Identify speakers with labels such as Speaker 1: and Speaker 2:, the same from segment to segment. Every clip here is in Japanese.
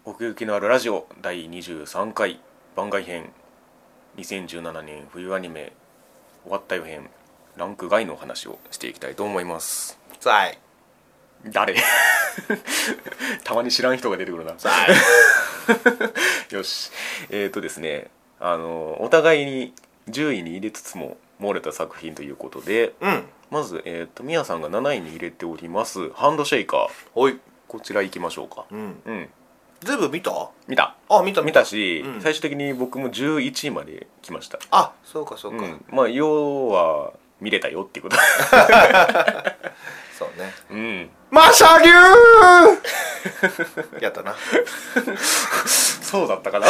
Speaker 1: 奥行きのあるラジオ第23回番外編2017年冬アニメ終わったよ編ランク外のお話をしていきたいと思います。
Speaker 2: さい
Speaker 1: 誰たまに知らん人が出てくるな。
Speaker 2: さ
Speaker 1: いよし、ですね、お互いに10位に入れつつも漏れた作品ということで、まずミヤさんが7位に入れておりますハンドシェイカー、
Speaker 2: おい、
Speaker 1: こちら行きましょうか。
Speaker 2: 全部見た？
Speaker 1: 見た。見たし、最終的に僕も11位まで来ました。
Speaker 2: あ、そうかそうか、
Speaker 1: まあ要は見れたよっていうこと
Speaker 2: そうね。
Speaker 1: マシャギュー
Speaker 2: やったな。
Speaker 1: そうだったかな。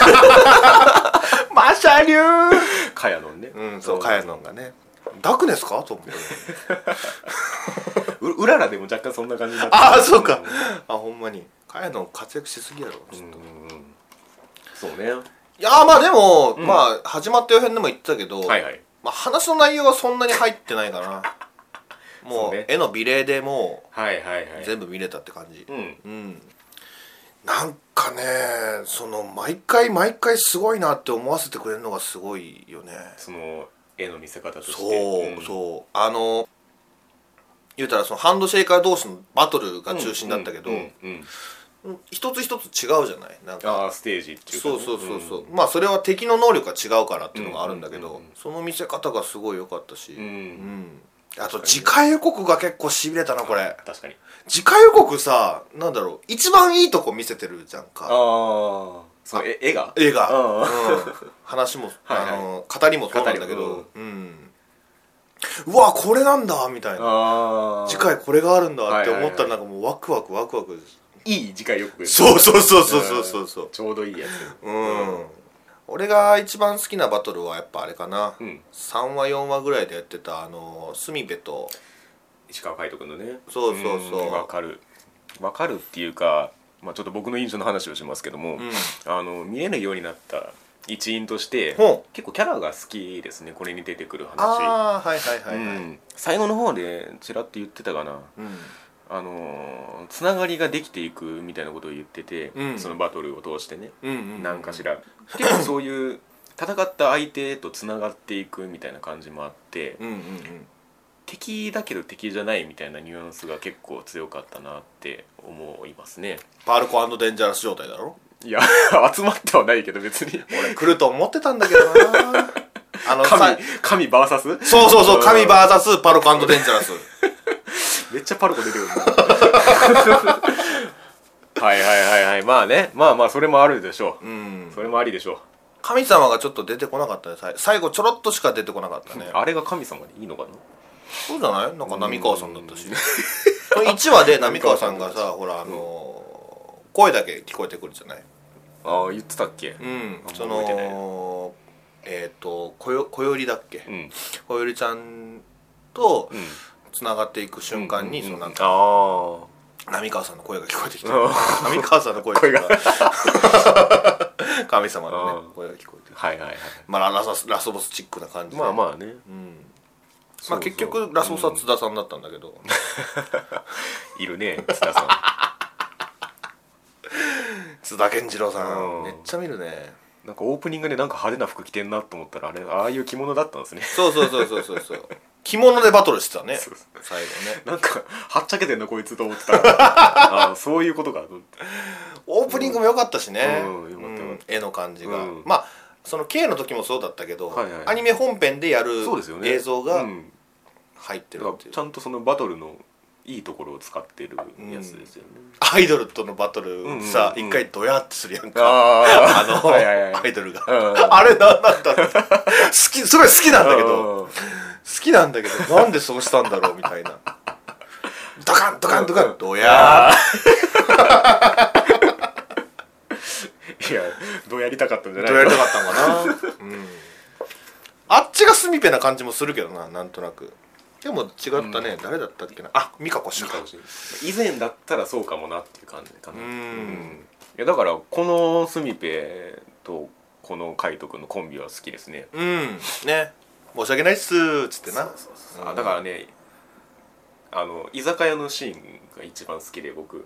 Speaker 2: マシャギュー
Speaker 1: カヤノンね。
Speaker 2: そうカヤノンがね、ダクネスかと思って
Speaker 1: うららでも若干そんな感じになって
Speaker 2: ああそうか、ほんまにカヤノン活躍しすぎやろちょっと。
Speaker 1: そうね。
Speaker 2: いやまあでも、まあ始まった予編でも言ってたけど、まあ話の内容はそんなに入ってないかな。もう絵の美麗でもう全部見れたって感じ。なんかね、その毎回すごいなって思わせてくれるのがすごいよね。
Speaker 1: その絵の見せ方として。
Speaker 2: そう言うたらそのハンドシェイカー同士のバトルが中心だったけど、一つ一つ違うじゃない。なんか
Speaker 1: ステージっていうか、ね、
Speaker 2: そうまあそれは敵の能力が違うからっていうのがあるんだけど、その見せ方がすごい良かったし、あと次回予告が結構しびれたなこれ。確かに次回予告さ、なんだろう、一番いいとこ見せてるじゃんか。
Speaker 1: その絵が
Speaker 2: 話も語りもそうなんだけど、うわこれなんだみたいな、次回これがあるんだって思ったらなんかもうワクワク
Speaker 1: いい次回予告。
Speaker 2: そうち
Speaker 1: ょうどいいやつ。
Speaker 2: 俺が一番好きなバトルはやっぱあれかな、3話4話ぐらいでやってたスミペと
Speaker 1: 石川海人君のね。
Speaker 2: そう
Speaker 1: わかるっていうか、まあ、ちょっと僕の印象の話をしますけども、見えるようになった一因として結構キャラが好きですね、これに出てくる話。最後の方でちらっと言ってたかな、つながりができていくみたいなことを言ってて、そのバトルを通してね、何かしら結構そういう戦った相手とつながっていくみたいな感じもあって、敵だけど敵じゃないみたいなニュアンスが結構強かったなって思いますね。
Speaker 2: パールコ&デンジャラス状態だろ。い
Speaker 1: や集まってはないけど別に
Speaker 2: 俺来ると思ってたんだけどな。
Speaker 1: 神 VS？
Speaker 2: そう神 VS パルコ&デンジャラス。
Speaker 1: めっちゃパルコ出てくるな。はいまあね、まあそれもあるでしょう。それもありでしょう。
Speaker 2: 神様がちょっと出てこなかったね。最後ちょろっとしか出てこなかったね。
Speaker 1: あれが神様でいいのかな。
Speaker 2: そうじゃない？なんか波川さんだったし。1話で波川さんがさ、ほら声だけ聞こえてくるじゃない。
Speaker 1: 言ってたっけ。
Speaker 2: そのこよりだっけ。こよりちゃんとつながっていく瞬間に、そのなんか浪川さんの声が聞こえてきて、浪川さんの声が神様のね声が聞こえて、まあラスボスチックな感じで、
Speaker 1: まあね、
Speaker 2: まあ結局ラスボスは津田さんだったんだけど、
Speaker 1: いるね津田さん。
Speaker 2: 津田健次郎さんめっちゃ見るね。
Speaker 1: なんかオープニングでなんか派手な服着てんなと思ったら、ああいう着物だったんですね。
Speaker 2: そう着物でバトルしてたね。最後ね、
Speaker 1: なんかはっちゃけてんなこいつと思ってた。そういうことかと思って。
Speaker 2: オープニングも良かったしね、絵の感じが、まあその K の時もそうだったけど、アニメ本編でやる映像が入ってるっていう、
Speaker 1: ちゃんとそのバトルのいいところを使ってるやつですよね。
Speaker 2: アイドルとのバトルさ、一回ドヤってするやんか、アイドルがあれなんだったすごい好きなんだけどなんでそうしたんだろうみたいな。ドカンドカンドカンドヤ
Speaker 1: いやどうやりたかったんじゃない。
Speaker 2: どうやりたかったんかな。あっちがスミペな感じもするけどな、なんとなく。でも違ったね、誰だったっけな。美香子氏か。
Speaker 1: 以前だったらそうかもなっていう感じかな。いやだからこのスミペとこの海斗君のコンビは好きですね。
Speaker 2: ね、申し訳ないっすーっつってな。
Speaker 1: だからね、居酒屋のシーンが一番好きで僕。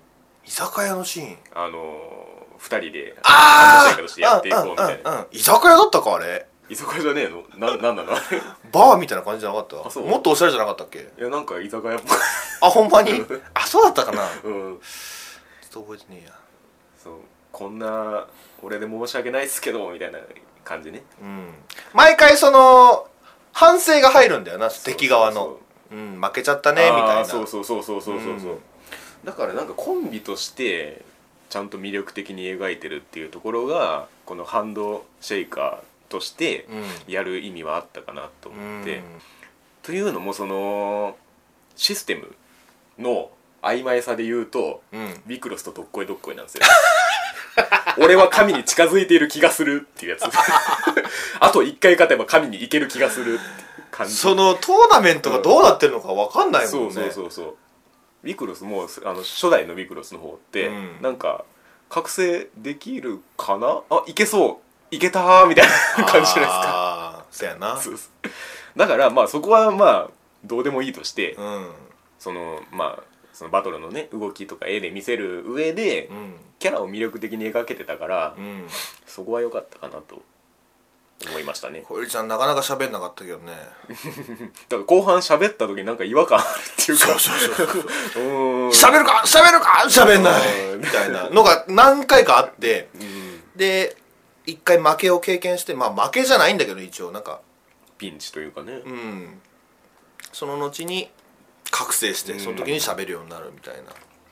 Speaker 2: 居酒屋のシーン
Speaker 1: 2人でハンドシェイカーとしてやっていこうみたいな。
Speaker 2: 居酒屋だったかあれ。
Speaker 1: 居酒屋じゃねえの？なんなのあれ。
Speaker 2: バーみたいな感じじゃなかった？もっとおしゃれじゃなかったっけ？
Speaker 1: いやなんか居酒屋っぽい。
Speaker 2: あ、ほんまに？あ、そうだったかな。
Speaker 1: うん。
Speaker 2: ちょっと覚えてねえや。
Speaker 1: そう、こんな俺で申し訳ないっすけどみたいな感じね。
Speaker 2: うん。毎回その反省が入るんだよな、敵側の。うん、負けちゃったねみたいな。
Speaker 1: そう、だからなんかコンビとしてちゃんと魅力的に描いてるっていうところがこのハンドシェイカーとしてやる意味はあったかなと思って、というのもそのシステムの曖昧さで言うと、ビクロスとどっこいどっこいなんですよ。俺は神に近づいている気がするっていうやつ。あと1回勝てば神に行ける気がするって感じ。
Speaker 2: そのトーナメントがどうなってるのか分かんないもんね。
Speaker 1: そうビクロスも初代のビクロスの方って、なんか覚醒できるかな、あ、いけそう、いけたーみたいな感じじゃないですか。
Speaker 2: ああ、そうやな。
Speaker 1: だからまあそこはまあどうでもいいとして、そのバトルのね動きとか絵で見せる上で、キャラを魅力的に描けてたから、そこは良かったかなと思いましたね。
Speaker 2: 小百合ちゃんなかなか喋んなかったけどね。
Speaker 1: だから後半喋った時なんか違和感あるっていうか、
Speaker 2: 喋るか喋んないみたいなのが何回かあって、で一回負けを経験して、まあ負けじゃないんだけど一応なんか
Speaker 1: ピンチというかね、
Speaker 2: その後に覚醒してその時に喋るようになるみたいな。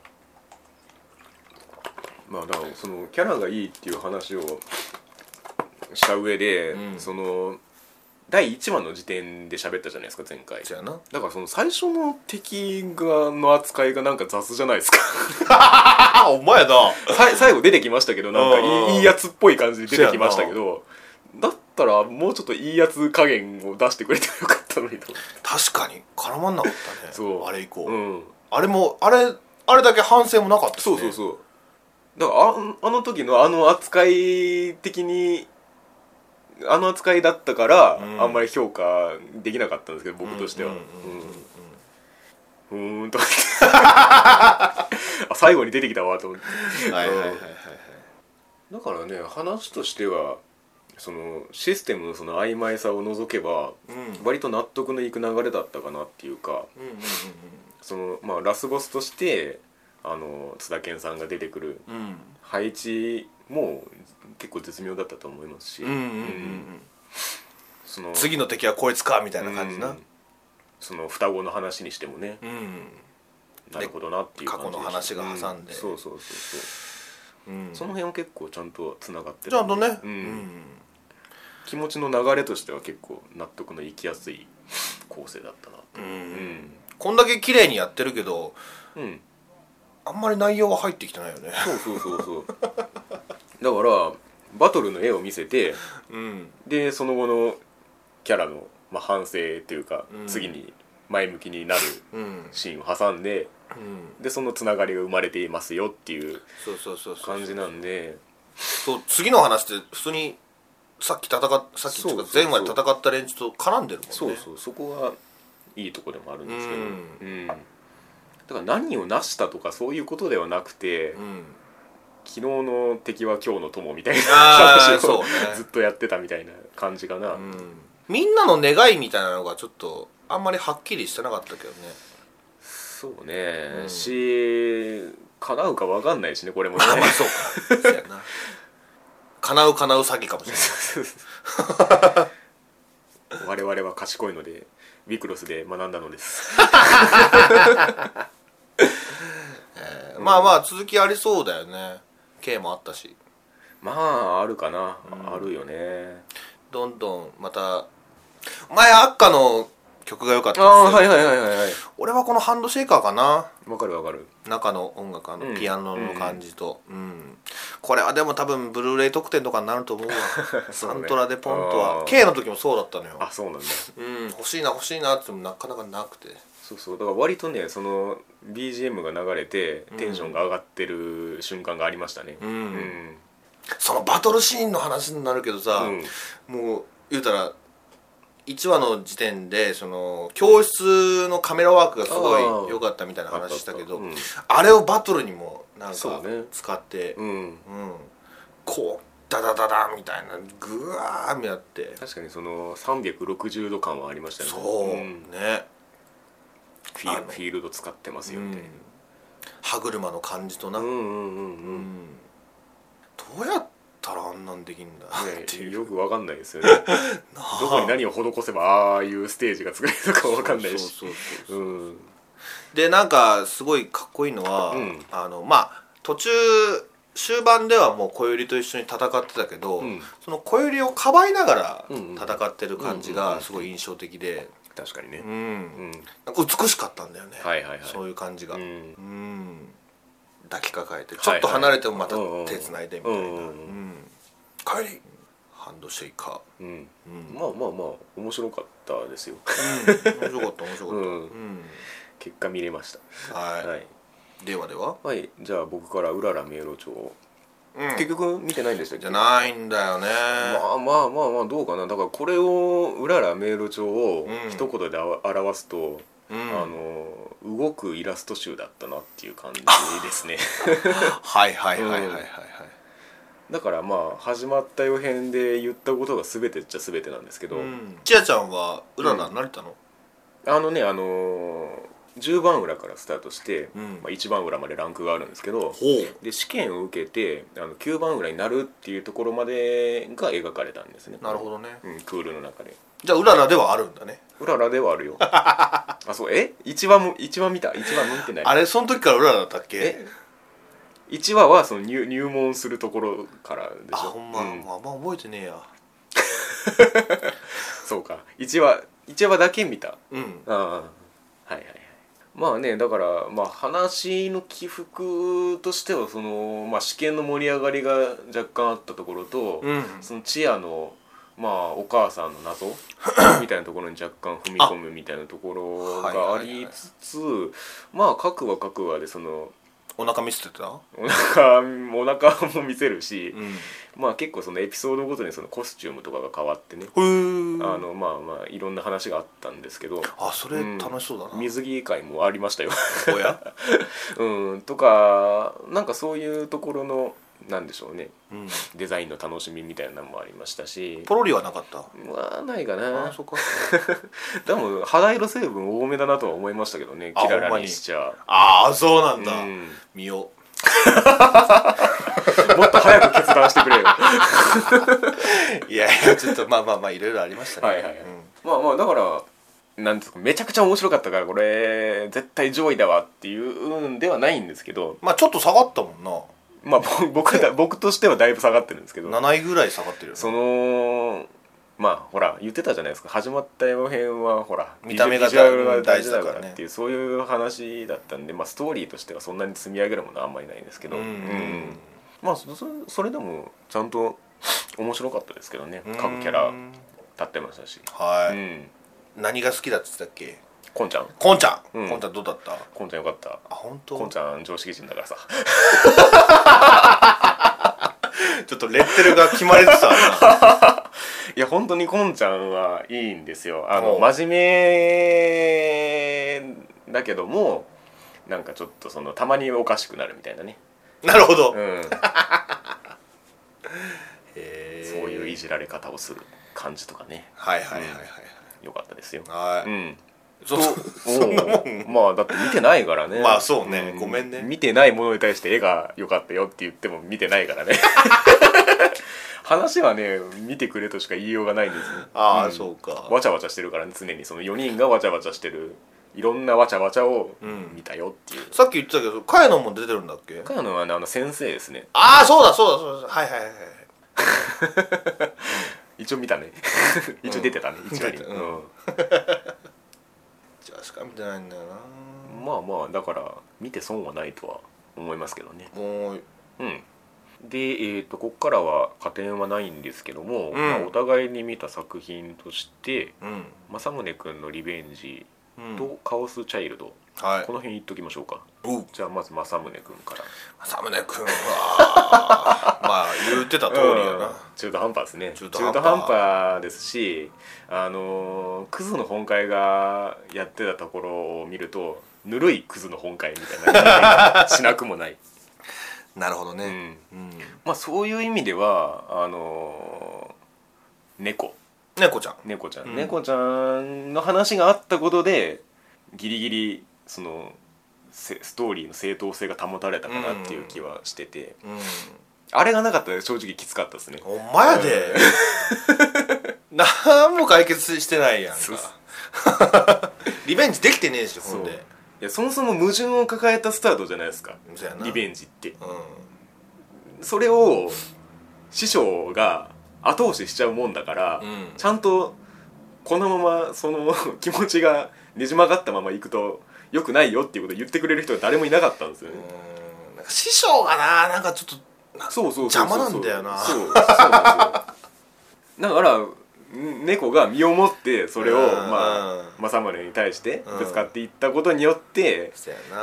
Speaker 1: まあだからそのキャラがいいっていう話をした上で、その第1話の時点で喋ったじゃないですか前回。
Speaker 2: そうやな。
Speaker 1: だからその最初の敵の扱いがなんか雑じゃないですか。
Speaker 2: お前だ。
Speaker 1: 最後出てきましたけど、なんかいいやつっぽい感じで出てきましたけど、だったらもうちょっといいやつ加減を出してくれてもよかったのにと。
Speaker 2: 確かに絡まんなかったね。
Speaker 1: そう
Speaker 2: あれ以降、あれもあれだけ反省もなかったしね。
Speaker 1: そうだからあの時のあの扱い的にあの扱いだったから、あんまり評価できなかったんですけど僕としては。とか最後に出てきたわと思って。だからね話としてはそのシステムのその曖昧さを除けば、割と納得のいく流れだったかなっていうか、そのまあラスボスとして津田健さんが出てくる配置も結構絶妙だったと思いますし、その
Speaker 2: 次の敵はこいつかみたいな感じな。
Speaker 1: その双子の話にしてもね、なるほどなっていう感じで、
Speaker 2: 過去の話が挟んで、
Speaker 1: そうその辺は結構ちゃんとつながってる、
Speaker 2: ちゃんとね、
Speaker 1: 気持ちの流れとしては結構納得のいきやすい構成だったなと。
Speaker 2: こんだけ綺麗にやってるけど、あんまり内容は入ってきてないよね。
Speaker 1: そうだからバトルの絵を見せて、でその後のキャラの、反省っていうか、次に前向きになるシーンを挟んで、でそのつながりが生まれていますよっていう感じなんで、
Speaker 2: 次の話って普通にさっきっていうか前話で戦った連中と絡んでるもんね。
Speaker 1: そこはいいとこでもあるんですけど、だから何を成したとかそういうことではなくて、昨日の敵は今日の友みたいな話をずっとやってたみたいな感じかな。
Speaker 2: みんなの願いみたいなのがちょっとあんまりはっきりしてなかったけどね。
Speaker 1: そうね、叶うか分かんないしねこれもね。
Speaker 2: そうか。そうやな。叶う詐欺かもしれない。
Speaker 1: 我々は賢いのでビクロスで学んだのです。
Speaker 2: まあ続きありそうだよね。K もあったし。
Speaker 1: あるかな、あるよね。
Speaker 2: どんどんまた前アッカの曲が良かったです。俺はこのハンドシェイカーかな。
Speaker 1: わかる。
Speaker 2: 中の音楽ピアノの感じと、これはでも多分ブルーレイ特典とかになると思うわ。サントラでポンとは K の時もそうだったのよ。
Speaker 1: そうなんだ。
Speaker 2: 欲しいなって言ってもなかなかなくて。
Speaker 1: そうだから割とねその BGM が流れてテンションが上がってる瞬間がありましたね。
Speaker 2: そのバトルシーンの話になるけどさ、もう言うたら 1話の時点でその教室のカメラワークがすごい良かったみたいな話したけど、あれをバトルにもなんか使って、こうダダダダみたいなグワーみたいって
Speaker 1: 確かにその360度感はありましたね。
Speaker 2: そうね、
Speaker 1: フィールド使ってますよみたいな、
Speaker 2: 歯車の感じとな、どうやったらあんなんできんだっていう、
Speaker 1: よくわかんないですよねどこに何を施せばああいうステージが作れるのかわかんないし、
Speaker 2: でなんかすごいかっこいいのは、まあ途中終盤ではもう小百合と一緒に戦ってたけど、その小百合をかばいながら戦ってる感じがすごい印象的で、
Speaker 1: 確かにね、
Speaker 2: なんか美しかったんだよね、そういう感じが、抱きかかえてちょっと離れてもまた手つないでみたいな、帰りハンドシェイカー、
Speaker 1: まあ面白かったですよ
Speaker 2: 面白かった
Speaker 1: 結果見れました。はい、
Speaker 2: では
Speaker 1: はい、じゃあ僕からうらら迷路帳を、結局見てないんでしたっけ？
Speaker 2: じゃないんだよね。
Speaker 1: まあどうかな。だからこれをうらら迷路帳を一言で表すと、動くイラスト集だったなっていう感じですね
Speaker 2: はい
Speaker 1: だからまあ始まった予編で言ったことが全てっちゃ全てなんですけど、
Speaker 2: ちあちゃんはうらら慣れたの？
Speaker 1: 10番裏からスタートして、1番裏までランクがあるんですけど、で試験を受けて9番裏になるっていうところまでが描かれたんですね。
Speaker 2: なるほどね、
Speaker 1: クールの中で。
Speaker 2: じゃあうららではあるんだね。
Speaker 1: うららではあるよあ、そう、1話も見た。1話見てない。
Speaker 2: あれその時からうららだったっけ
Speaker 1: ？1話はその入門するところからでしょ。
Speaker 2: ほんま、あんま覚えてねえや
Speaker 1: そうか、1話だけ見た。はいまあね、だから話の起伏としてはその、試験の盛り上がりが若干あったところと、そのチアのお母さんの謎みたいなところに若干踏み込むみたいなところがありつつ、各話でその
Speaker 2: お腹見せてた？
Speaker 1: お腹も見せるし、結構そのエピソードごとにそのコスチュームとかが変わってね、いろんな話があったんですけど、
Speaker 2: それ楽しそうだな。
Speaker 1: 水着会もありましたよ
Speaker 2: おや
Speaker 1: とかなんかそういうところのなんでしょうね、デザインの楽しみみたいなのもありましたし、
Speaker 2: ポロリはなかった？
Speaker 1: ないかな。
Speaker 2: そうか
Speaker 1: でも肌色成分多めだなとは思いましたけどね、キララにしちゃ。
Speaker 2: そうなんだ、見よう
Speaker 1: もっと早く決断してくれよ
Speaker 2: いやちょっといろいろありましたね。
Speaker 1: だからなんですか、めちゃくちゃ面白かったからこれ絶対上位だわっていうんではないんですけど、
Speaker 2: ちょっと下がったもんな。
Speaker 1: 僕としてはだいぶ下がってるんですけど、
Speaker 2: 7位ぐらい下がってるよね。
Speaker 1: そのほら言ってたじゃないですか、始まった予編はほら
Speaker 2: 見た目が
Speaker 1: ビジュアルが大事だからっていう、そういう話だったんで、ストーリーとしてはそんなに積み上げるものはあんまりないんですけど、それでもちゃんと面白かったですけどね。各キャラ立ってましたし、
Speaker 2: 何が好きだって言ってたっけ？
Speaker 1: こんちゃん
Speaker 2: どうだった？
Speaker 1: こんちゃんよかった。
Speaker 2: 本当？
Speaker 1: こんちゃん常識人だからさ
Speaker 2: ちょっとレッテルが決まれてた
Speaker 1: いや本当にこんちゃんはいいんですよ。真面目だけどもなんかちょっとそのたまにおかしくなるみたいなね。
Speaker 2: なるほど、
Speaker 1: そういういじられ方をする感じとかね。よかったですよ。
Speaker 2: そんなもん
Speaker 1: だって見てないからね。
Speaker 2: そうね、ごめんね。
Speaker 1: 見てないものに対して絵が良かったよって言っても見てないからね話はね見てくれとしか言いようがないんですね。
Speaker 2: そうか。
Speaker 1: わちゃわちゃしてるからね、常にその4人がわちゃわちゃしてるいろんなわちゃわちゃを見たよっていう、
Speaker 2: さっき言ってたけど茅野も出てるんだっけ？
Speaker 1: 茅野はね先生ですね。
Speaker 2: そうだ
Speaker 1: 一応見たね一応出てたね、一応に
Speaker 2: じゃあしか見てないんだよな。
Speaker 1: だから見て損はないとは思いますけどね。でここからは加点はないんですけども、お互いに見た作品として、政宗くんのリベンジとカオスチャイルド、この辺言っときましょうか。じゃあまず政宗くんから。
Speaker 2: 政宗くんは言ってた通りやな、
Speaker 1: 中途半端ですね。中途半端ですし、クズの本会がやってたところを見るとぬるいクズの本会みたいなしなくもない
Speaker 2: なるほどね、
Speaker 1: まあそういう意味では猫ちゃんの話があったことでギリギリそのストーリーの正当性が保たれたかなっていう気はしてて、あれがなかったら正直きつかったですね。
Speaker 2: ほんまやで何も解決してないやんかリベンジできてねえし、ほんで
Speaker 1: いやそもそも矛盾を抱えたスタートじゃないですか、リベンジって、それを師匠が後押ししちゃうもんだから、ちゃんとこのままその気持ちがねじ曲がったままいくと良くないよっていうことを言ってくれる人が誰もいなかったんですよね。
Speaker 2: なんか師匠がなんかちょっと邪魔なんだよな。そうだ
Speaker 1: から猫が身をもってそれを政宗に対してぶつかっていったことによって、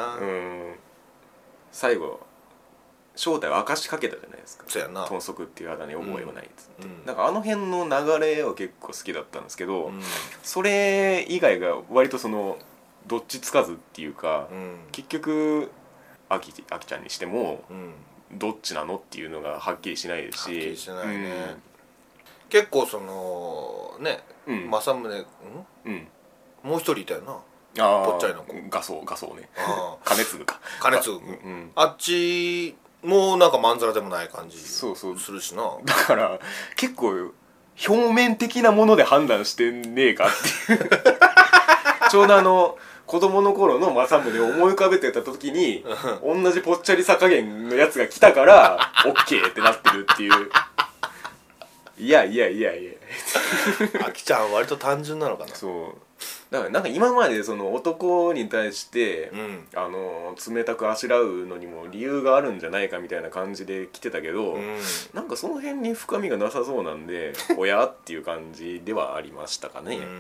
Speaker 1: 最後正体を明かしかけたじゃないですか。豚足っていうあだ名に覚えはないっつって、なんかあの辺の流れは結構好きだったんですけど、それ以外が割とそのどっちつかずっていうか、結局あきちゃんにしても、どっちなのっていうのがはっきりしないですし、はっきりしないね、
Speaker 2: 結構そのね、政宗もう一人いたよな、ぽっちゃりの子、
Speaker 1: 画装ね、金継か、
Speaker 2: あっちもなんかまんざらでもない感じするしな。
Speaker 1: だから結構表面的なもので判断してねえかっていうちょうど子供の頃の政宗を思い浮かべてた時に同じぽっちゃりさ加減のやつが来たからオッケーってなってるっていう。いや
Speaker 2: あきちゃん割と単純なのかな。
Speaker 1: そうだからなんか今までその男に対して、冷たくあしらうのにも理由があるんじゃないかみたいな感じで来てたけど、なんかその辺に深みがなさそうなんでおやっていう感じではありましたかね。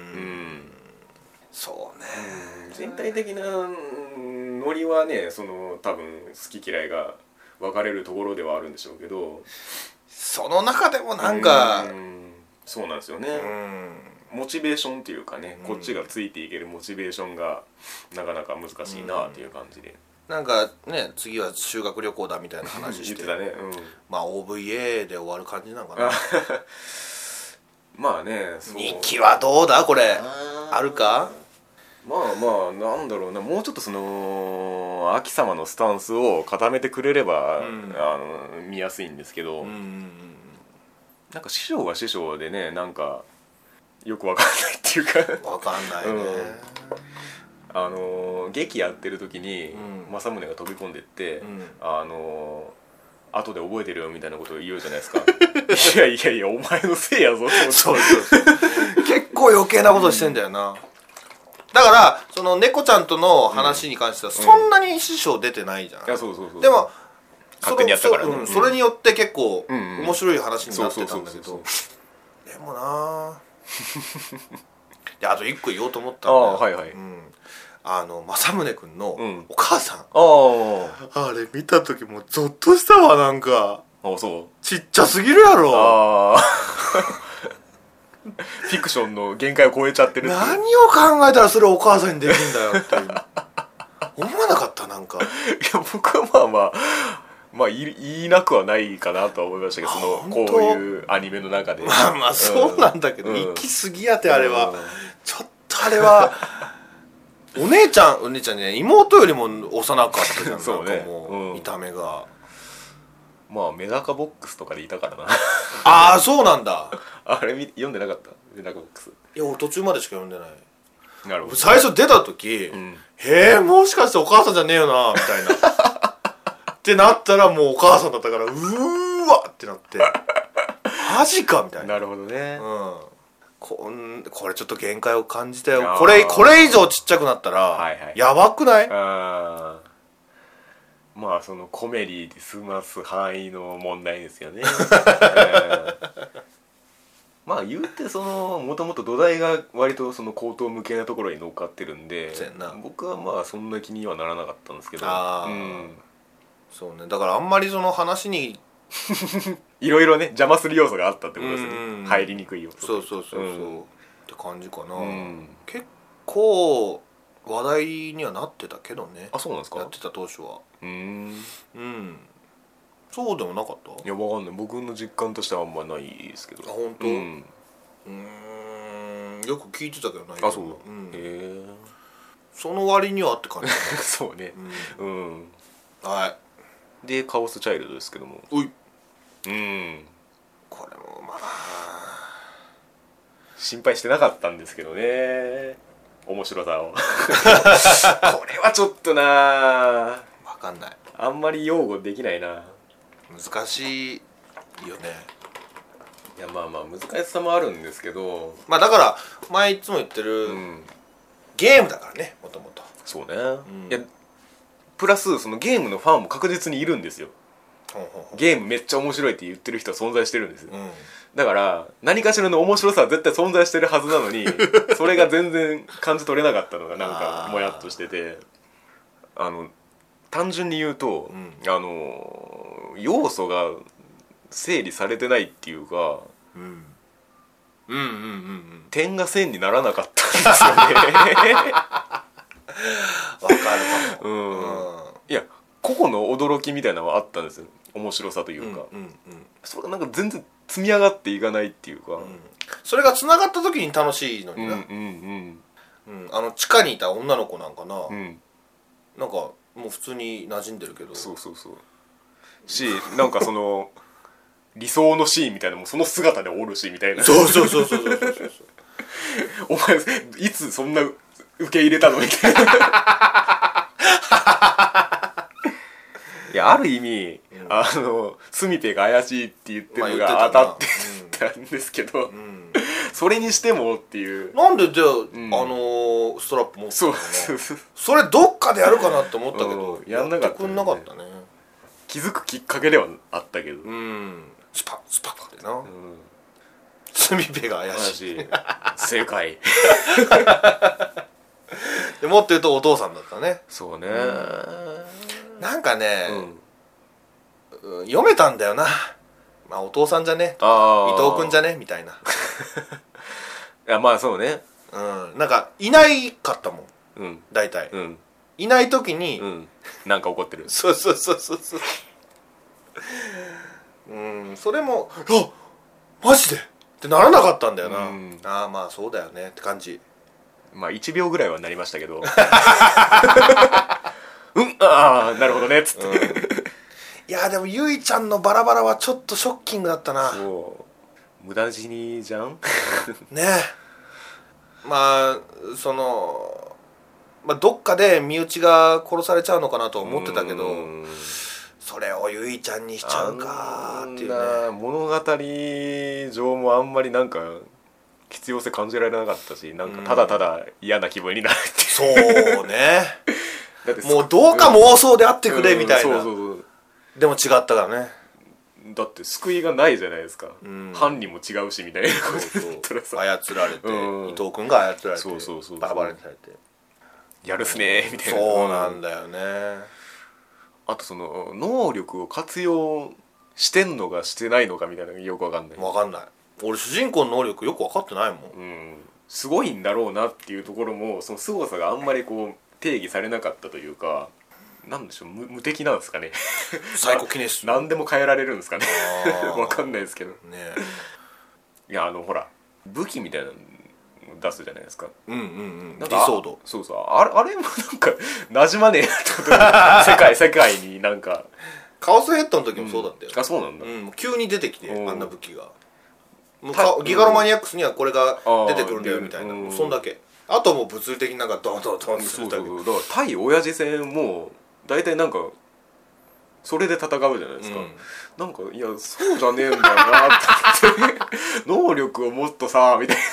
Speaker 2: そうね、
Speaker 1: 全体的なノリはね、その多分好き嫌いが分かれるところではあるんでしょうけど、
Speaker 2: その中でもなんか
Speaker 1: そうなんですよね、モチベーションっていうかね、こっちがついていけるモチベーションがなかなか難しいなっていう感じで、
Speaker 2: なんかね、次は修学旅行だみたいな話して
Speaker 1: 言ってたね、
Speaker 2: まあ OVA で終わる感じなのかな
Speaker 1: まあね、
Speaker 2: 2期はどうだこれ、あるか。
Speaker 1: まあなんだろうな、もうちょっとその秋様のスタンスを固めてくれれば、見やすいんですけど、なんか師匠は師匠でね、なんかよくわかんないっていうか
Speaker 2: わかんない
Speaker 1: ね、劇やってる時に政宗が飛び込んでって、後で覚えてるよみたいなことを言うじゃないですかいやお前のせいやぞって
Speaker 2: そう結構余計なことしてんだよな、だからその猫ちゃんとの話に関してはそんなに師匠出てないじゃん、でも
Speaker 1: 勝手にやったからね、
Speaker 2: それによって結構面白い話になってたんだけど、でもなで、あと一個言おうと思ったんだよ。政宗くんのお母さん、あれ見た時もうゾッとしたわ。なんかちっちゃすぎるやろ。
Speaker 1: フィクションの限界を超えちゃってるっていう。
Speaker 2: 何を考えたらそれをお母さんにできるんだよっていう思わなかった。なんかい
Speaker 1: や僕はまあ言いなくはないかなとは思いましたけど、そのこういうアニメの中で
Speaker 2: まあそうなんだけど、行き過ぎやってあれは、ちょっとあれはお姉ちゃんね、妹よりも幼かったじゃん。そうね、もう見た目が
Speaker 1: まあメダカボックスとかでいたからな
Speaker 2: ああそうなんだ。
Speaker 1: あれ読んでなかったメダカボックス。
Speaker 2: いや俺途中までしか読んでない。
Speaker 1: なるほど。
Speaker 2: 最初出た時、へえもしかしてお母さんじゃねえよなみたいなってなったらもうお母さんだったから、うーわってなってマジかみたいな。
Speaker 1: なるほどね。
Speaker 2: これちょっと限界を感じたよ。これ以上ちっちゃくなったら、やばくない？
Speaker 1: まあそのコメディで済ます範囲の問題ですよねまあ言うてそのもともと土台が割とその高等無形なところに乗っかってるんで、僕はまあそんな気にはならなかったんですけど、
Speaker 2: そうね、だからあんまりその話に
Speaker 1: いろいろね邪魔する要素があったってことですね。入りにくい要素。
Speaker 2: そうそうそうそう、って感じかな。結構話題にはなってたけどね。
Speaker 1: あ、そうなんですか。
Speaker 2: やってた当初は。そうでもなかった。
Speaker 1: いや、わかんない。僕の実感としてはあんまないですけど。
Speaker 2: あ、本当。よく聞いてたけどな。
Speaker 1: あ、そう。へえ。
Speaker 2: その割にはって感じ。
Speaker 1: そうね。
Speaker 2: はい。
Speaker 1: でカオスチャイルドですけども。
Speaker 2: おい。
Speaker 1: これもまあ心配してなかったんですけどね、面白さを。これはちょっとな、
Speaker 2: わかんない。
Speaker 1: あんまり擁護できないな。
Speaker 2: 難しいよね。
Speaker 1: いや、まあまあ難しさもあるんですけど、
Speaker 2: まあだから前いつも言ってる、ゲームだからね、もともと。
Speaker 1: そうね、いやプラスそのゲームのファンも確実にいるんですよ。ゲームめっちゃ面白いって言ってる人は存在してるんですよ、だから何かしらの面白さは絶対存在してるはずなのにそれが全然感じ取れなかったのがなんかもやっとしてて、単純に言うと、要素が整理されてないっていうか、点が線にならなかったんですよね。
Speaker 2: わかるかも。
Speaker 1: いや、個々の驚きみたいなのはあったんですよ、面白さというか。それがなんか全然積み上がっていかないっていうか、
Speaker 2: それがつながった時に楽しいのにな。地下にいた女の子なんかな、なんかもう普通に馴染んでるけど、
Speaker 1: そうし、なんかその理想のシーンみたいなのもその姿でおるしみたいな。
Speaker 2: そう
Speaker 1: お前いつそんな受け入れたのみたいな。いや、ある意味、スミペが怪しいって言ってるのが当たってたんですけど、それにしてもっていう。
Speaker 2: なんでじゃあ、ストラップ持ってたのかな。それどっかでやるかなって思ったけど、
Speaker 1: やんなかったね。
Speaker 2: やってくんなかったね。
Speaker 1: 気づくきっかけではあったけど、
Speaker 2: スパッってな、スミペが怪しい。
Speaker 1: 正解。
Speaker 2: でもっと言うとお父さんだったね。
Speaker 1: そうね、
Speaker 2: なんかね、読めたんだよな。まあお父さんじゃね、伊藤君じゃねみたいな。い
Speaker 1: や、まあそうね。
Speaker 2: なんかいないかったもん。大体。いない時に
Speaker 1: なんか怒ってる。
Speaker 2: そう。それもマジでってならなかったんだよな。ああ、まあそうだよねって感じ。
Speaker 1: まあ1秒ぐらいはなりましたけど。ああ、なるほどねっつって。
Speaker 2: いやでもゆいちゃんのバラバラはちょっとショッキングだったな。
Speaker 1: 無駄死にじゃん。
Speaker 2: ねえ。まあどっかで身内が殺されちゃうのかなと思ってたけど、それをゆいちゃんにしちゃうかっていうね。
Speaker 1: 物語上もあんまりなんか必要性感じられなかったし、なんかただただ嫌な気分になるっていう。
Speaker 2: そうね。だってもうどうか妄想であってくれみたいな。でも違ったからね。
Speaker 1: だって救いがないじゃないですか、犯人も違うしみたいなことだったら
Speaker 2: さ、操られて、伊藤君が操られてバラバラにされて
Speaker 1: やるっすねみたいな。
Speaker 2: そうなんだよね。
Speaker 1: あとその能力を活用してんのかしてないのかみたいなのがよく分かんない。
Speaker 2: 分かんない。俺主人公の能力よく分かってないもん。
Speaker 1: すごいんだろうなっていうところも、その凄さがあんまりこう定義されなかったというか、なんでしょう、無敵なんですかね。
Speaker 2: サイコキネシス
Speaker 1: 何でも変えられるんですかね。分かんないですけど
Speaker 2: ね。
Speaker 1: いや、ほら武器みたいなの出すじゃないですか。
Speaker 2: ディソード。
Speaker 1: そうあれもなんか馴染まねえなってこと世界になんか。
Speaker 2: カオスヘッドの時もそうだったよ。
Speaker 1: あ、そうなんだ。
Speaker 2: 急に出てきて、あんな武器がギガロマニアックスにはこれが出てくるんだよみたいな、そんだけ。あともう物理的になんかドンドンドンってするだけ。だ
Speaker 1: から対親父戦も大体なんかそれで戦うじゃないですか、なんかいやそうじゃねえんだよなって能力をもっとさみたいな。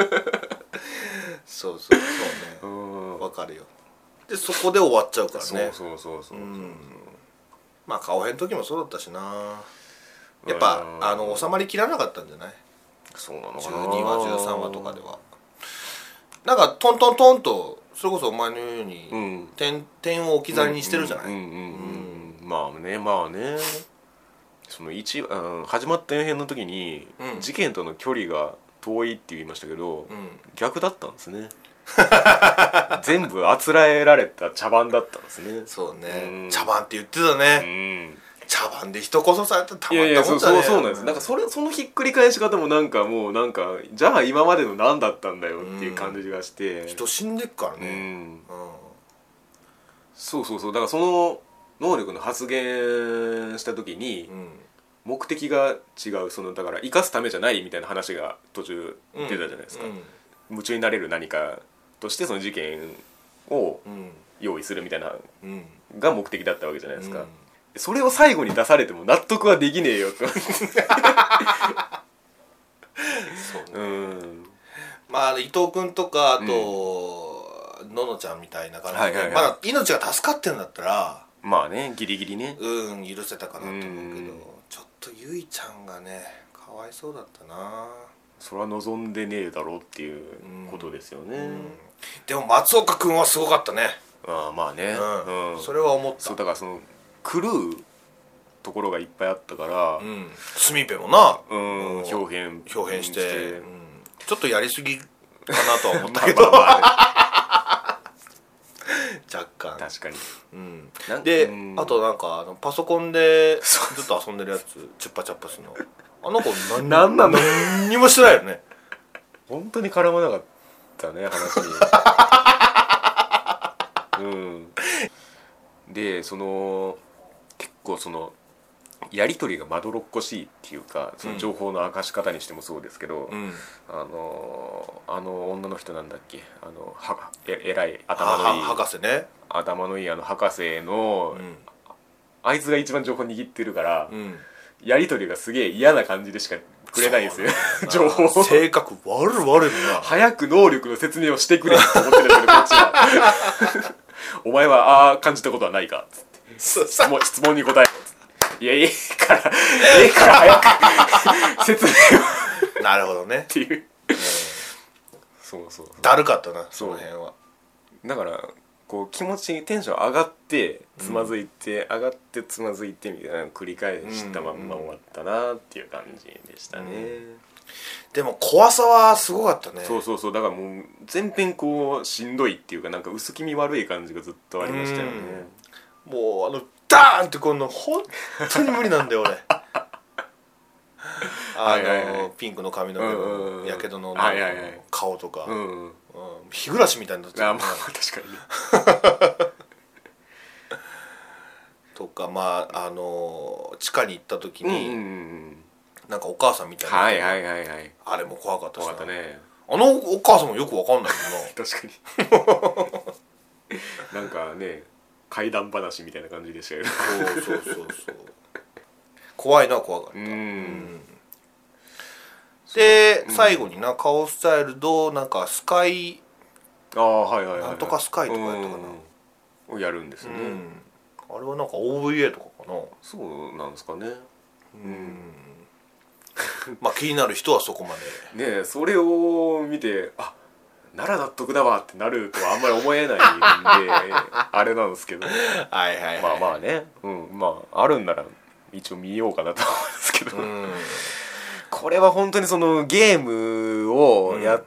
Speaker 2: そうね、わかるよ。でそこで終わっちゃうからね。そうまあ顔変の時もそうだったしな。やっぱ収まりきらなかったんじゃない。
Speaker 1: そうなのかな。
Speaker 2: 12話13話とかではなんかトントントンとそれこそお前のように、点を置き去りにしてるじゃない。
Speaker 1: まあねその始まった編の時に、事件との距離が遠いって言いましたけど、逆だったんですね。全部あつらえられた茶番だったんですね。
Speaker 2: そうね、茶番って言ってたね。茶番で人こそされたらたまったもんだね。
Speaker 1: そうなんです。なんかそのひっくり返し方もなんかもうなんかじゃあ今までの何だったんだよっていう感じがして、
Speaker 2: 人死んでっからね。
Speaker 1: そうだからその能力の発言した時に、目的が違う、そのだから生かすためじゃないみたいな話が途中出たじゃないですか。夢中になれる何かとしてその事件を用意するみたいなが目的だったわけじゃないですか。それを最後に出されても納得はできねえよと。
Speaker 2: そうね。まあ伊藤君とかあとののちゃんみたいな感じで、まだ命が助かってるんだったら
Speaker 1: まあね、ギリギリね
Speaker 2: 許せたかなと思うけど、ちょっとゆいちゃんがねかわいそうだったな。
Speaker 1: それは望んでねえだろうっていうことですよね。
Speaker 2: でも松岡君はすごかったね。
Speaker 1: まあね、
Speaker 2: それは思った。
Speaker 1: そうだからその狂うところがいっぱいあったから、
Speaker 2: スミペもな、
Speaker 1: 表現
Speaker 2: して、ちょっとやりすぎかなとは思ったけど若干
Speaker 1: 確かに。
Speaker 2: で、あとなんかパソコンでずっと遊んでるやつチュッパチャッパスのあの子何にもしてないよね。
Speaker 1: 本当に絡まなかったね話に。でその結構そのやり取りがまどろっこしいっていうか、その情報の明かし方にしてもそうですけど、あの女の人なんだっけ、偉い頭のいい
Speaker 2: 博士ね、
Speaker 1: 頭のいい博士の、あいつが一番情報握ってるから、やり取りがすげえ嫌な感じでしかくれないんですよ情報。
Speaker 2: 性格悪いな。
Speaker 1: 早く能力の説明をしてくれって思ってるんだけどこっちはお前は感じたことはないかっつって質問に答えろっつって、いやいいから早く説明を
Speaker 2: なるほどね
Speaker 1: っていうそう
Speaker 2: だるかったな、その辺は。
Speaker 1: だからこう気持ちテンション上がってつまずいて、上がってつまずいてみたいなのを繰り返したまんま終わったなっていう感じでしたね。
Speaker 2: でも怖さはすごかったね。
Speaker 1: そうだからもう全編こうしんどいっていうか、なんか薄気味悪い感じがずっとありましたよね。
Speaker 2: もうダーンってこの本当に無理なんだよ俺ピンクの髪の毛のやけどの顔とか日暮らしみたいになってる、
Speaker 1: 確かに
Speaker 2: とか、まあ地下に行った時になんかお母さんみたいな、あれも怖かったしな。お母さんもよくわかんないけ
Speaker 1: どな確かになんかね怪談話みたいな感じでしたよね。
Speaker 2: そう怖いのは怖かった。で、最後にな顔スタイルとなんかスカイなんとかスカイとかやったかな
Speaker 1: をやるんですね。
Speaker 2: あれはなんか OVA とかかな。
Speaker 1: そうなんですかね。
Speaker 2: まあ気になる人はそこま
Speaker 1: でね、それを見てなら納得だわってなるとはあんまり思えないんであれなんですけど、まあね、まああるんなら一応見ようかなと思うんですけど、これは本当にそのゲームをやって、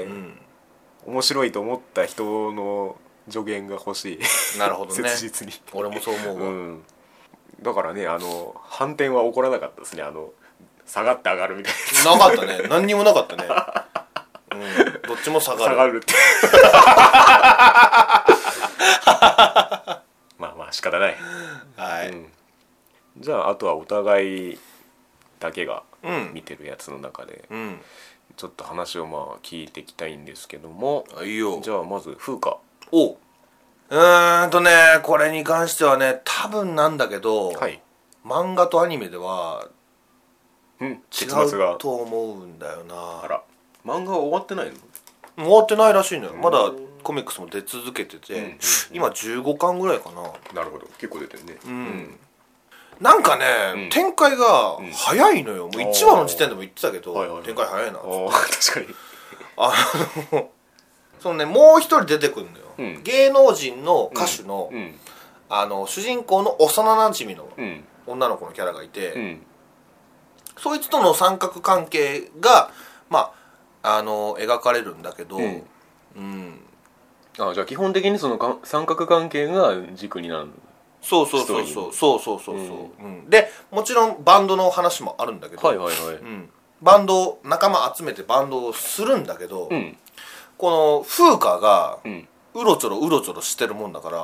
Speaker 1: 面白いと思った人の助言が欲しい。
Speaker 2: なるほどね。
Speaker 1: 切実に
Speaker 2: 俺もそう思うわ。
Speaker 1: だからね反転は起こらなかったですね。下がって上がるみたい
Speaker 2: な。なかったね。何にもなかったね。どっちも下がるって
Speaker 1: まあ仕方ない。じゃああとはお互いだけが見てるやつの中で、ちょっと話を聞いていきたいんですけども、じゃあまず風花。
Speaker 2: これに関してはね、多分なんだけど、漫画とアニメでは違うと思うんだよな。
Speaker 1: あら、漫画は終わってないの？
Speaker 2: 終わってないらしいのよ。まだコミックスも出続けてて、今15巻ぐらいかな。
Speaker 1: なるほど、結構出てるね。
Speaker 2: なんかね、展開が早いのよ。もう1話の時点でも言ってたけど、展開早いな。
Speaker 1: 確かに。
Speaker 2: そのね、もう一人出てくるのよ。芸能人の歌手の主人公の幼なじみの女の子のキャラがいて、 そいつとの三角関係がまあ描かれるんだけど、うん
Speaker 1: じゃあ基本的にその三角関係が軸になる。
Speaker 2: そう、でもちろんバンドの話もあるんだけど、バンド仲間集めてバンドをするんだけど、この風花がうろちょろしてるもんだから、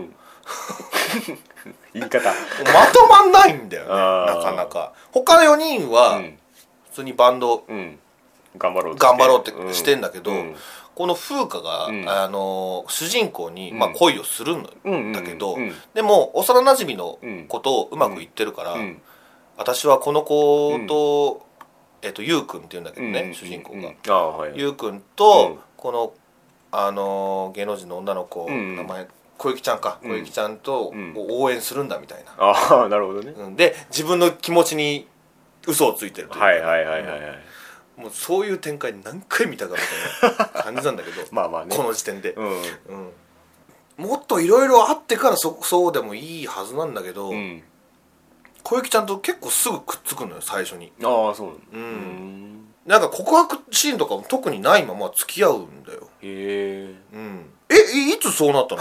Speaker 1: 言い方
Speaker 2: まとまんないんだよね、なかなか。他の4人は普通にバンド
Speaker 1: 頑張ろう
Speaker 2: ってしてんだけど、この風花が、主人公に、恋をするんだけど、でも幼なじみの子とうまくいってるから、私はこの子と、ゆうくんっていうんだけどね、主人公が、ゆうくんと、この芸能人の女の子、名前小雪ちゃんか、小雪ちゃんと応援するんだみたい
Speaker 1: な。なるほどね。
Speaker 2: で自分の気持ちに嘘をついてるというか、もうそういう展開何回見たかみたいな感じなんだけど
Speaker 1: まあまあね、
Speaker 2: この時点で、もっといろいろあってからそうでもいいはずなんだけど、小雪ちゃんと結構すぐくっつくのよ最初に。
Speaker 1: そう
Speaker 2: なんか告白シーンとかも特にないまま付き合うんだよ。
Speaker 1: へ
Speaker 2: え。いつそうなった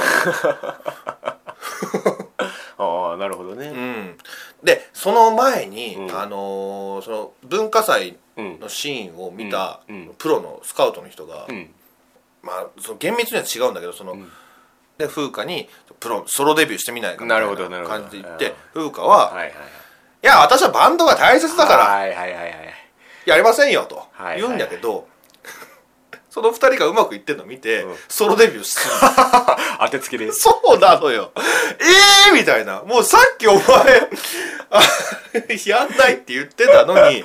Speaker 1: の？なるほどね。
Speaker 2: でその前に、その文化祭のシーンを見たプロのスカウトの人が、その厳密には違うんだけど、その、で風花にプロソロデビューしてみないかみたいな感じで言って、風花は、いや私はバンドが大切だからやりませんよと言うんだけど、その2人がうまくいってるのを見て、ソロデビューしてる
Speaker 1: 当てつけで。
Speaker 2: そうなのよ。みたいな。もうさっきお前やんないって言ってたのに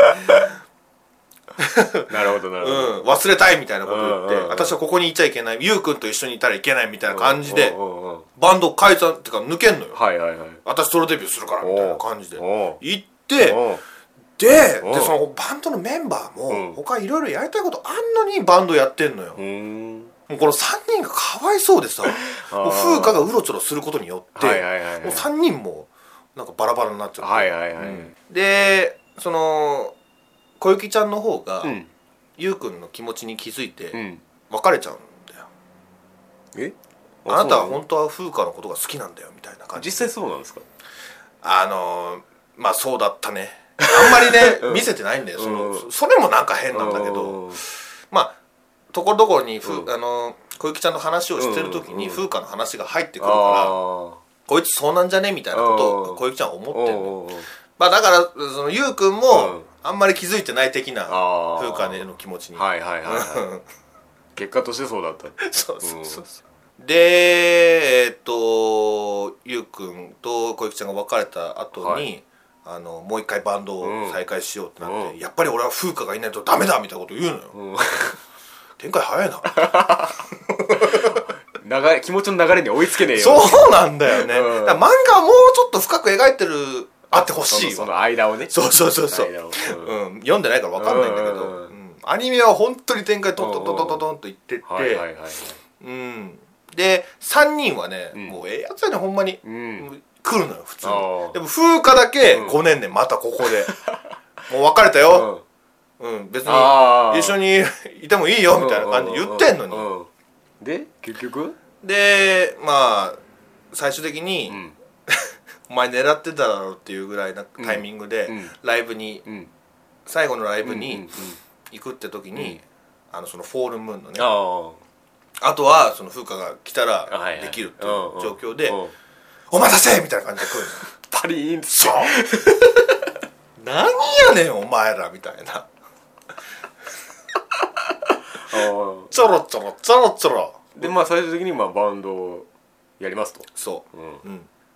Speaker 1: なるほどなるほど、
Speaker 2: 忘れたいみたいなこと言って、私はここにいちゃいけない、ゆうくんと一緒にいたらいけないみたいな感じでバンド解散っていうか抜けんのよ。私ソロデビューするからみたいな感じで言って、でそのバンドのメンバーも他いろいろやりたいことあんのにバンドやってんのよ。もうこの3人がかわいそうでさ、もう風花がうろちょろすることによって、もう3人もなんかバラバラになっちゃって、でその小雪ちゃんの方が、ゆうくんの気持ちに気づいて別れちゃうんだよ。あなたは本当は風花のことが好きなんだよみたいな感じ。
Speaker 1: 実際そうなんですか？
Speaker 2: まあそうだったね。あんまりね見せてないんだよ。それもなんか変なんだけど、まあところどころに小雪ちゃんの話をしてる時に風花の話が入ってくるから、こいつそうなんじゃねみたいなことを小雪ちゃんは思ってるの。まあだからそのゆうくんもあんまり気づいてない的な風花への気持ちに。
Speaker 1: 結果としてそうだった。
Speaker 2: そうでゆうくんと小雪ちゃんが別れた後に、もう一回バンドを再開しようってなって、やっぱり俺は風花がいないとダメだみたいなこと言うのよ。展開早い
Speaker 1: な。気持ちの流れに追いつけねえよ。
Speaker 2: そうなんだよね。漫画はもうちょっと深く描いてるあってほしいわ。
Speaker 1: その間をね。
Speaker 2: そう、読んでないから分かんないんだけど、アニメは本当に展開トントントントントンといってって、で3人はね、もうやつやねほんまに、来るのよ普通に。でも風花だけ5年でまたここでもう別れたよ、別に一緒にいてもいいよみたいな感じで言ってんのに、
Speaker 1: で結局
Speaker 2: でまあ最終的に、お前狙ってただろうっていうぐらいなタイミングで、ライブに、最後のライブに行くって時に、そのフォールムーンのね、あとはその風花が来たらできるっていう状況で、お待たせみたいな感じで来るの。
Speaker 1: パリーンって。
Speaker 2: そう何やねんお前らみたいな。ちょろちょろ
Speaker 1: で、まあ最終的にバンドをやりますと。
Speaker 2: そう、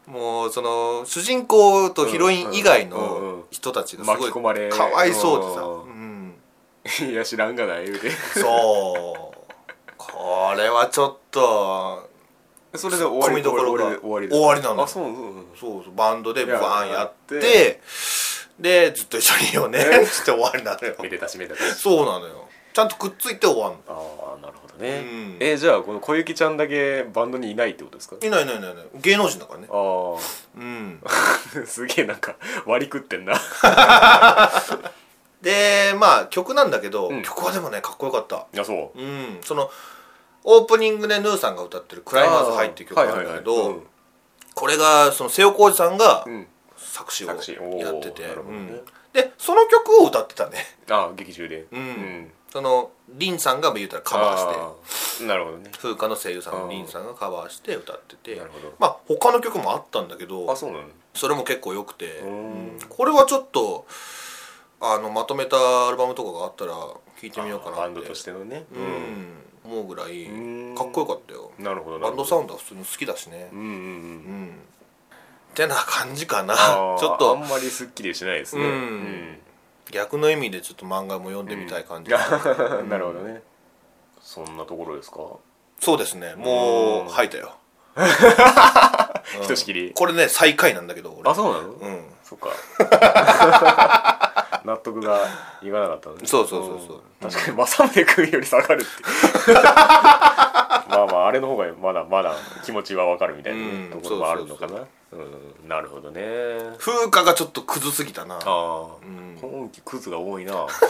Speaker 2: もうその主人公とヒロイン以外の人たちがすごいかわいそうでさ、
Speaker 1: いや知らんがない言うて。
Speaker 2: そうこれはちょっと
Speaker 1: それで終わり
Speaker 2: なの。そうバンドでバーンやってでずっと一緒にいようねって終わりなのよ。
Speaker 1: めでたし
Speaker 2: そうなのよ。ちゃんとくっついて終わる
Speaker 1: の。なるほどね。じゃあこの小雪ちゃんだけバンドにいないってことですか？
Speaker 2: いない芸能人だからね。
Speaker 1: すげえなんか割り食ってんな。
Speaker 2: まあ曲なんだけど、曲はでもねかっこよかった。いやそう。そのオープニングでヌーさんが歌ってる「クライマーズハイ」っていう曲なんだけど、これがその瀬尾康史さんが作詞をやってて、でその曲を歌ってたね。
Speaker 1: 劇中で。
Speaker 2: そのリンさんが言うたらカバーして、
Speaker 1: なるほどね。
Speaker 2: 風花の声優さんのリンさんがカバーして歌ってて、まあ他の曲もあったんだけど、
Speaker 1: そうなの。
Speaker 2: それも結構良くて、これはちょっとまとめたアルバムとかがあったら聴いてみようかなって
Speaker 1: バンドとしてのね、
Speaker 2: 思うぐらいかっこよかったよ。
Speaker 1: なるほど。
Speaker 2: バンドサウンドは普通に好きだしね。ってな感じかな。ちょっと
Speaker 1: あんまりすっきりしないですね。
Speaker 2: 逆の意味でちょっと漫画も読んでみたい感じ。
Speaker 1: なるほどね。そんなところですか。
Speaker 2: そうですね。もう吐いたよ。
Speaker 1: ひとしきり。
Speaker 2: これね最下位なんだけど俺。
Speaker 1: そうなの。そっか。納得がいかなかったのね。
Speaker 2: そう
Speaker 1: 確かに政宗君より下がるってまああれの方がまだ気持ちはわかるみたいなところもあるのかな。なるほどね。
Speaker 2: 風花がちょっとクズすぎたな。
Speaker 1: 今季クズが多いな。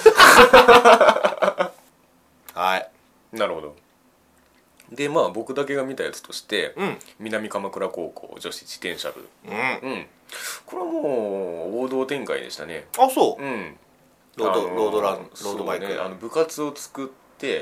Speaker 2: はい。
Speaker 1: なるほど。でまあ僕だけが見たやつとして、南鎌倉高校女子自転車部。これはもう王道展開でしたね。
Speaker 2: そう。ロードバイク。
Speaker 1: 部活を作って、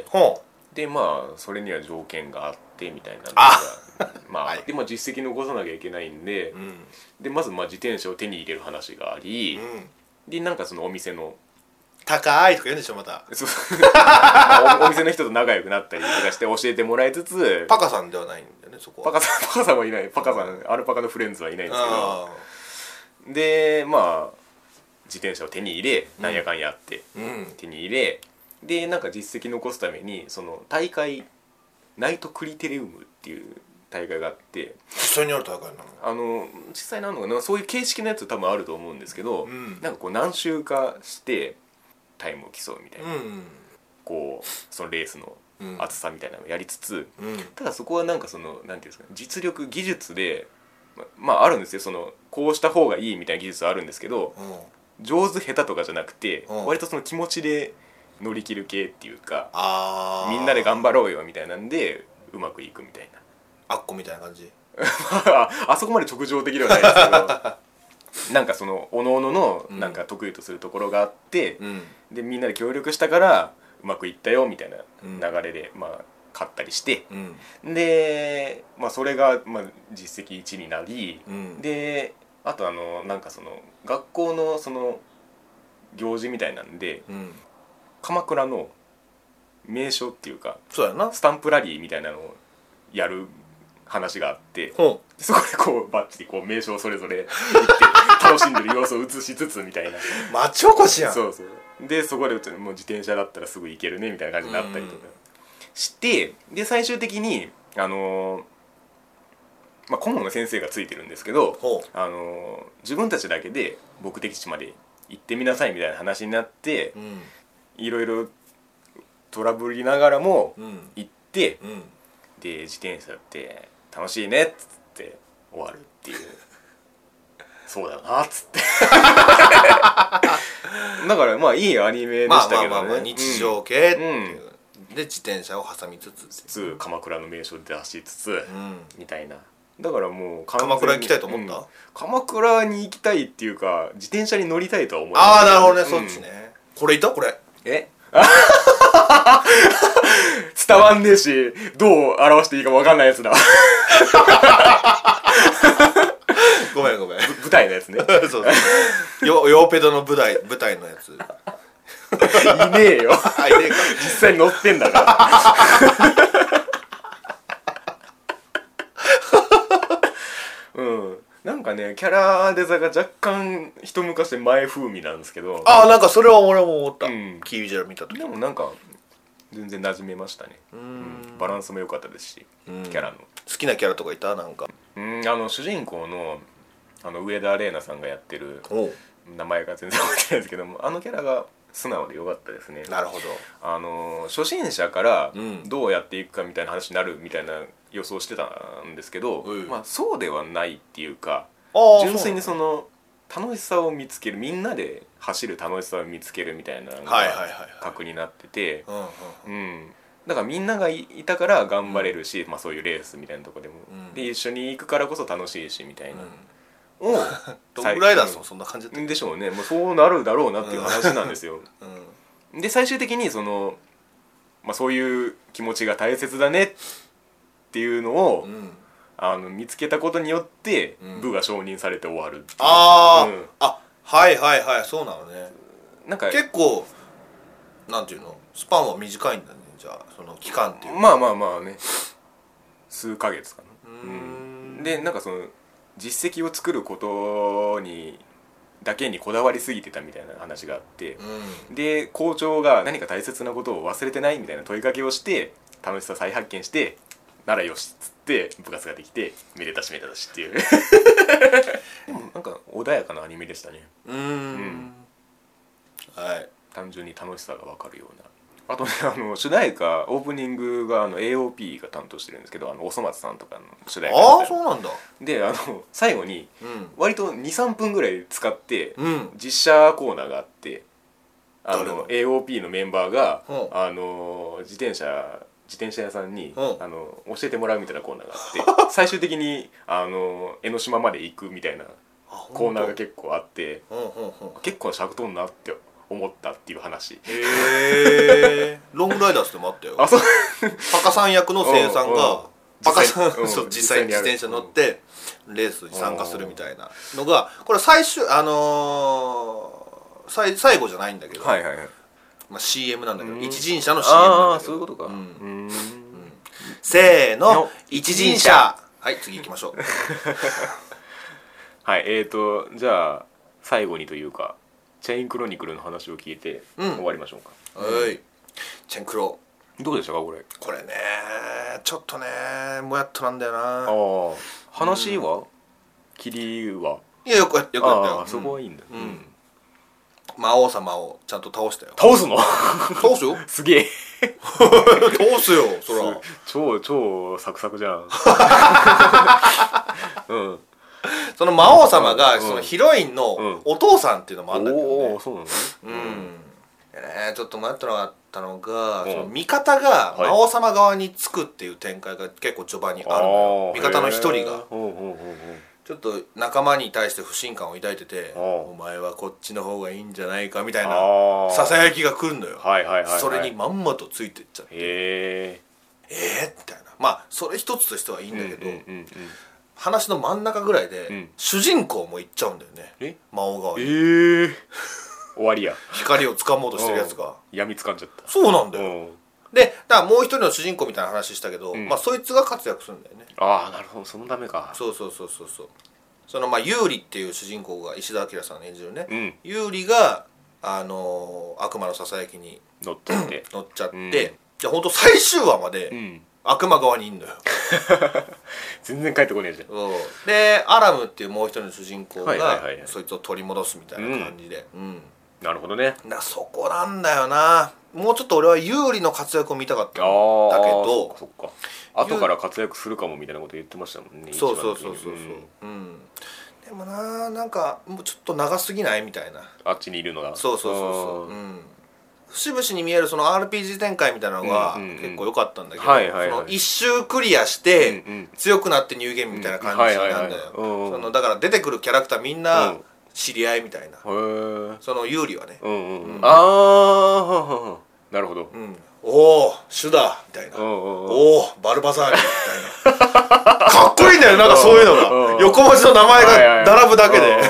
Speaker 1: でまあそれには条件があってみたいなのがで実績残さなきゃいけないんで、でまず自転車を手に入れる話があり、でなんかそのお店の
Speaker 2: 高いとか言うんでしょまた。
Speaker 1: お店の人と仲良くなったりとかして教えてもらいつつ、
Speaker 2: パカさんではないんだよねそこは。
Speaker 1: パカさんはいない。パカさんアルパカのフレンズはいないんですけど、で自転車を手に入れ、なんやかんやって手に入れ、でなんか実績残すためにその大会ナイトクリテリウムっていう大会があって、
Speaker 2: 実際にある大会なの？
Speaker 1: 実際なのかな、そういう形式のやつ多分あると思うんですけど、なんかこう何周かしてタイムを競うみたいな、こうそのレースの厚さみたいなのをやりつつ、ただそこはなんかそのなんていうんですか、実力技術であるんですよ。そのこうした方がいいみたいな技術はあるんですけど、上手下手とかじゃなくて、割とその気持ちで乗り切る系っていうか、みんなで頑張ろうよみたいなんでうまくいくみたいな。
Speaker 2: あっこみたいな感じ。
Speaker 1: あそこまで直情的ではないですけどなんかそのおのおののなんか得意とするところがあって、でみんなで協力したからうまくいったよみたいな流れで勝ったりして、でそれが実績1になり、であとなんかその学校のその行事みたいなんで、鎌倉の名所っていうか、
Speaker 2: そうやな、
Speaker 1: スタンプラリーみたいなのをやる話があって、そこでこうバッチリこう名所をそれぞれ行って楽しんでる様子を映しつつみたいな。
Speaker 2: 町おこしやん。
Speaker 1: そうでそこでもう自転車だったらすぐ行けるねみたいな感じになったりとかして、で最終的に顧問の先生がついてるんですけど、自分たちだけで目的地まで行ってみなさいみたいな話になって、いろいろトラブりながらも行って、で自転車って楽しいねっつって終わるっていうそうだなっつってだからいいアニメでしたけどね。
Speaker 2: 日常系っていう、で自転車を挟みつつ
Speaker 1: 鎌倉の名所で出しつつ、みたいな。だからもう
Speaker 2: 鎌倉に行きたいと思った？
Speaker 1: 鎌倉に行きたいっていうか自転車に乗りたいとは思い
Speaker 2: ます。なるほどね、そっちね。これいた？これ
Speaker 1: 伝わんねえしどう表していいか分かんないやつだ
Speaker 2: ごめん
Speaker 1: 舞台のやつね
Speaker 2: そうヨーペドの舞台のやつい
Speaker 1: ねえよ実際に乗ってんだからなんかねキャラデザが若干一昔前風味なんですけど、
Speaker 2: なんかそれは俺も思った、キービジュアル見た時。
Speaker 1: でもなんか全然馴染めましたね。バランスも良かったですし、キャラの
Speaker 2: 好きなキャラとかいた？なんか
Speaker 1: 主人公の上田玲奈さんがやってる名前が全然覚えてないですけども、キャラが素直で良かったですね。
Speaker 2: なるほ
Speaker 1: ど。初心者からどうやっていくかみたいな話になるみたいな予想してたんですけど、そうではないっていうか、純粋にその楽しさを見つける、みんなで走る楽しさを見つけるみたいなのが核になってて、だからみんながいたから頑張れるし、まあ、そういうレースみたいなとこでも、で一緒に行くからこそ楽しいしみたいな、
Speaker 2: どんぐらいだそんな感じ
Speaker 1: でしょうね。もうそうなるだろうなっていう話なんですよ。で最終的にその、まあ、そういう気持ちが大切だねっていうのを、見つけたことによって部が承認されて終わるっていう。
Speaker 2: はいはいはい、そうなのね。なんか結構なんていうの、スパンは短いんだね。じゃあその期間っていう。
Speaker 1: まあね、数ヶ月かな。でなんかその実績を作ることにだけにこだわりすぎてたみたいな話があって、で校長が何か大切なことを忘れてないみたいな問いかけをして楽しさ再発見してならよしっつって部活ができてめでたしっていうでもなんか穏やかなアニメでしたね。
Speaker 2: はい、
Speaker 1: 単純に楽しさが分かるような。あとね、主題歌オープニングがAOP が担当してるんですけど、おそ松さんとかの主題歌
Speaker 2: そうなんだ。
Speaker 1: で最後に割と 2,3 分ぐらい使って実写コーナーがあって、AOP のメンバーが自転車屋さんに教えてもらうみたいなコーナーがあって最終的に江ノ島まで行くみたいなコーナーが結構あって、結構尺取んなって思ったっていう話。
Speaker 2: ロングライダーズでもあったよ。パカさん役の声優さんがパカさん実際に自転車乗ってレースに参加するみたいなのが、これ最終最後じゃないんだけど、まあ CM なんだけど、一輪車の CM なんだけど。
Speaker 1: そういうことか。
Speaker 2: せーの、一輪車。はい、次行きましょう。
Speaker 1: はい、じゃあ最後にというかチェインクロニクルの話を聞いて終わりましょうか。
Speaker 2: はい、チェンクロ
Speaker 1: どうでしたかこれ。
Speaker 2: これね、ちょっとねもやっとなんだよな。
Speaker 1: 話は切りは、
Speaker 2: いやよくやったよ。
Speaker 1: そこはいいんだ。
Speaker 2: 魔王様をちゃんと倒したよ。
Speaker 1: 倒すの？
Speaker 2: 倒すよ。
Speaker 1: すげえ。
Speaker 2: 倒すよそら。
Speaker 1: 超サクサクじゃん。
Speaker 2: その魔王様がそのヒロインのお父さんっていうのもあるんだけどね。
Speaker 1: そうなの？
Speaker 2: ちょっと迷ってなかったのが、その味方が魔王様側につくっていう展開が結構序盤にあるのよ。味方の一人がちょっと仲間に対して不信感を抱いてて、お前はこっちの方がいいんじゃないかみたいなささやきが来るのよ。それにまんまとついてっちゃって、みたいな。まあそれ一つとしてはいいんだけど、話の真ん中ぐらいで主人公も行っちゃうんだよね、魔王側に。
Speaker 1: 終わりや。
Speaker 2: 光を掴もうとしてるやつが
Speaker 1: 闇掴んじゃった。
Speaker 2: そうなんだよ。でだからもう一人の主人公みたいな話したけど、まあそいつが活躍するんだよね。
Speaker 1: なるほど、そのためか。
Speaker 2: そうそのユーリっていう主人公が石田明さん演じるね、ユーリが悪魔のささやきに乗っちゃってじゃあほんと最終話まで悪魔側にいんのよ。
Speaker 1: 全然帰ってこねえじゃん。
Speaker 2: でアラムっていうもう一人の主人公がそいつを取り戻すみたいな感じで。
Speaker 1: なるほどね。
Speaker 2: そこなんだよな。もうちょっと俺は有利の活躍を見たかったんだけど、
Speaker 1: そっか後から活躍するかもみたいなこと言ってましたもんね。
Speaker 2: そうでもなんかもうちょっと長すぎないみたいな、
Speaker 1: あっちにいるのが。
Speaker 2: そう節々に見えるその RPG 展開みたいなのが結構良かったんだけど、その一周クリアして強くなってニューゲームみたいな感じなんだよ。だから出てくるキャラクターみんな知り合いみたいな、その有利はね。
Speaker 1: なるほど。
Speaker 2: おおシュダみたいな、おおバルバザーリみたいなかっこいいんだよ。なんかそういうのが横文字の名前が並ぶだけで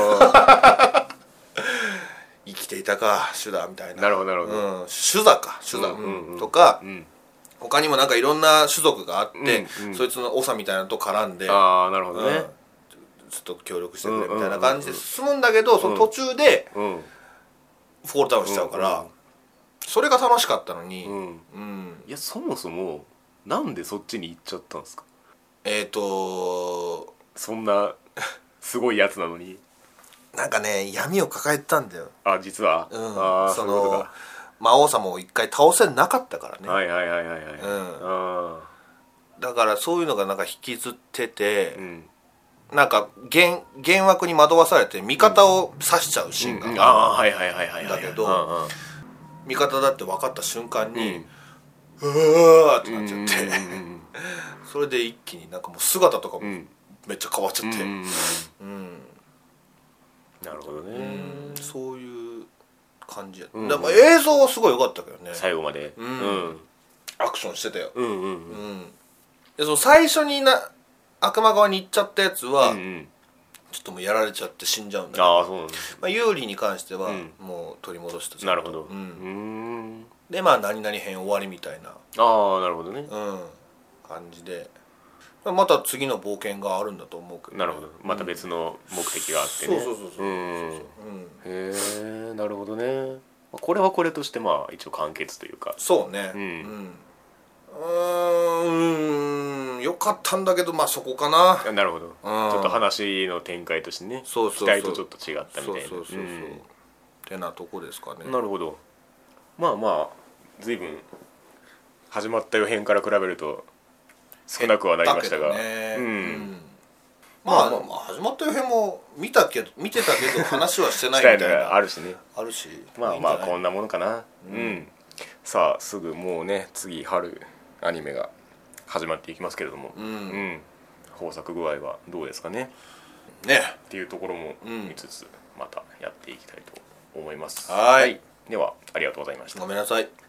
Speaker 2: 生きていたかシュダみたいな。
Speaker 1: なるほど。
Speaker 2: シュダとか他にもなんかいろんな種族があってそいつの長みたいなのと絡んで、
Speaker 1: なるほどね、
Speaker 2: ちょっと協力してくれみたいな感じで進むんだけど、その途中でフォールダウンしちゃうからそれが楽しかったのに。
Speaker 1: いやそもそもなんでそっちに行っちゃったんですか。そんなすごいやつなのに
Speaker 2: なんかね闇を抱えてたんだよ。
Speaker 1: 実は
Speaker 2: その魔王様を一回倒せなかったからね。だからそういうのがなんか引きずってて、 なんか幻惑に惑わされて味方を刺しちゃうシーンがあるんだけど、味方だって分かった瞬間にうわーってなっちゃってそれで一気になんかもう姿とかもめっちゃ変わっちゃって、
Speaker 1: なるほどね、
Speaker 2: そういう感じや、でも映像はすごい良かったけどね、
Speaker 1: 最後まで、
Speaker 2: アクションしてたよ。でその最初に悪魔側に行っちゃったやつは、ちょっともうやられちゃって死んじゃうんだけど、
Speaker 1: そうなんだ。
Speaker 2: 有利に関してはもう取り戻した。
Speaker 1: なるほど。
Speaker 2: で何々編終わりみたいな、
Speaker 1: なるほどね、
Speaker 2: 感じで、また次の冒険があるんだと思うけど、
Speaker 1: なるほど、また別の目的があってね。
Speaker 2: そう
Speaker 1: へえ、なるほどね。これはこれとしてまあ一応完結というか。
Speaker 2: そうね。よかったんだけど、まあそこかな。
Speaker 1: なるほど、ちょっと話の展開としてね、期待とちょっと違ったみたいな。
Speaker 2: ってなとこですかね。
Speaker 1: なるほど。まあ随分始まった予編から比べると少なくはなりましたが、
Speaker 2: まあ始まった予編も見てたけど話はしてないみたいな
Speaker 1: あるしね。まあこんなものかな。さあすぐもうね、次春アニメが始まっていきますけれども、豊作具合はどうですかねっていうところも見つつ、またやっていきたいと思います。
Speaker 2: はい、
Speaker 1: ではありがとうございました。
Speaker 2: ごめんなさい。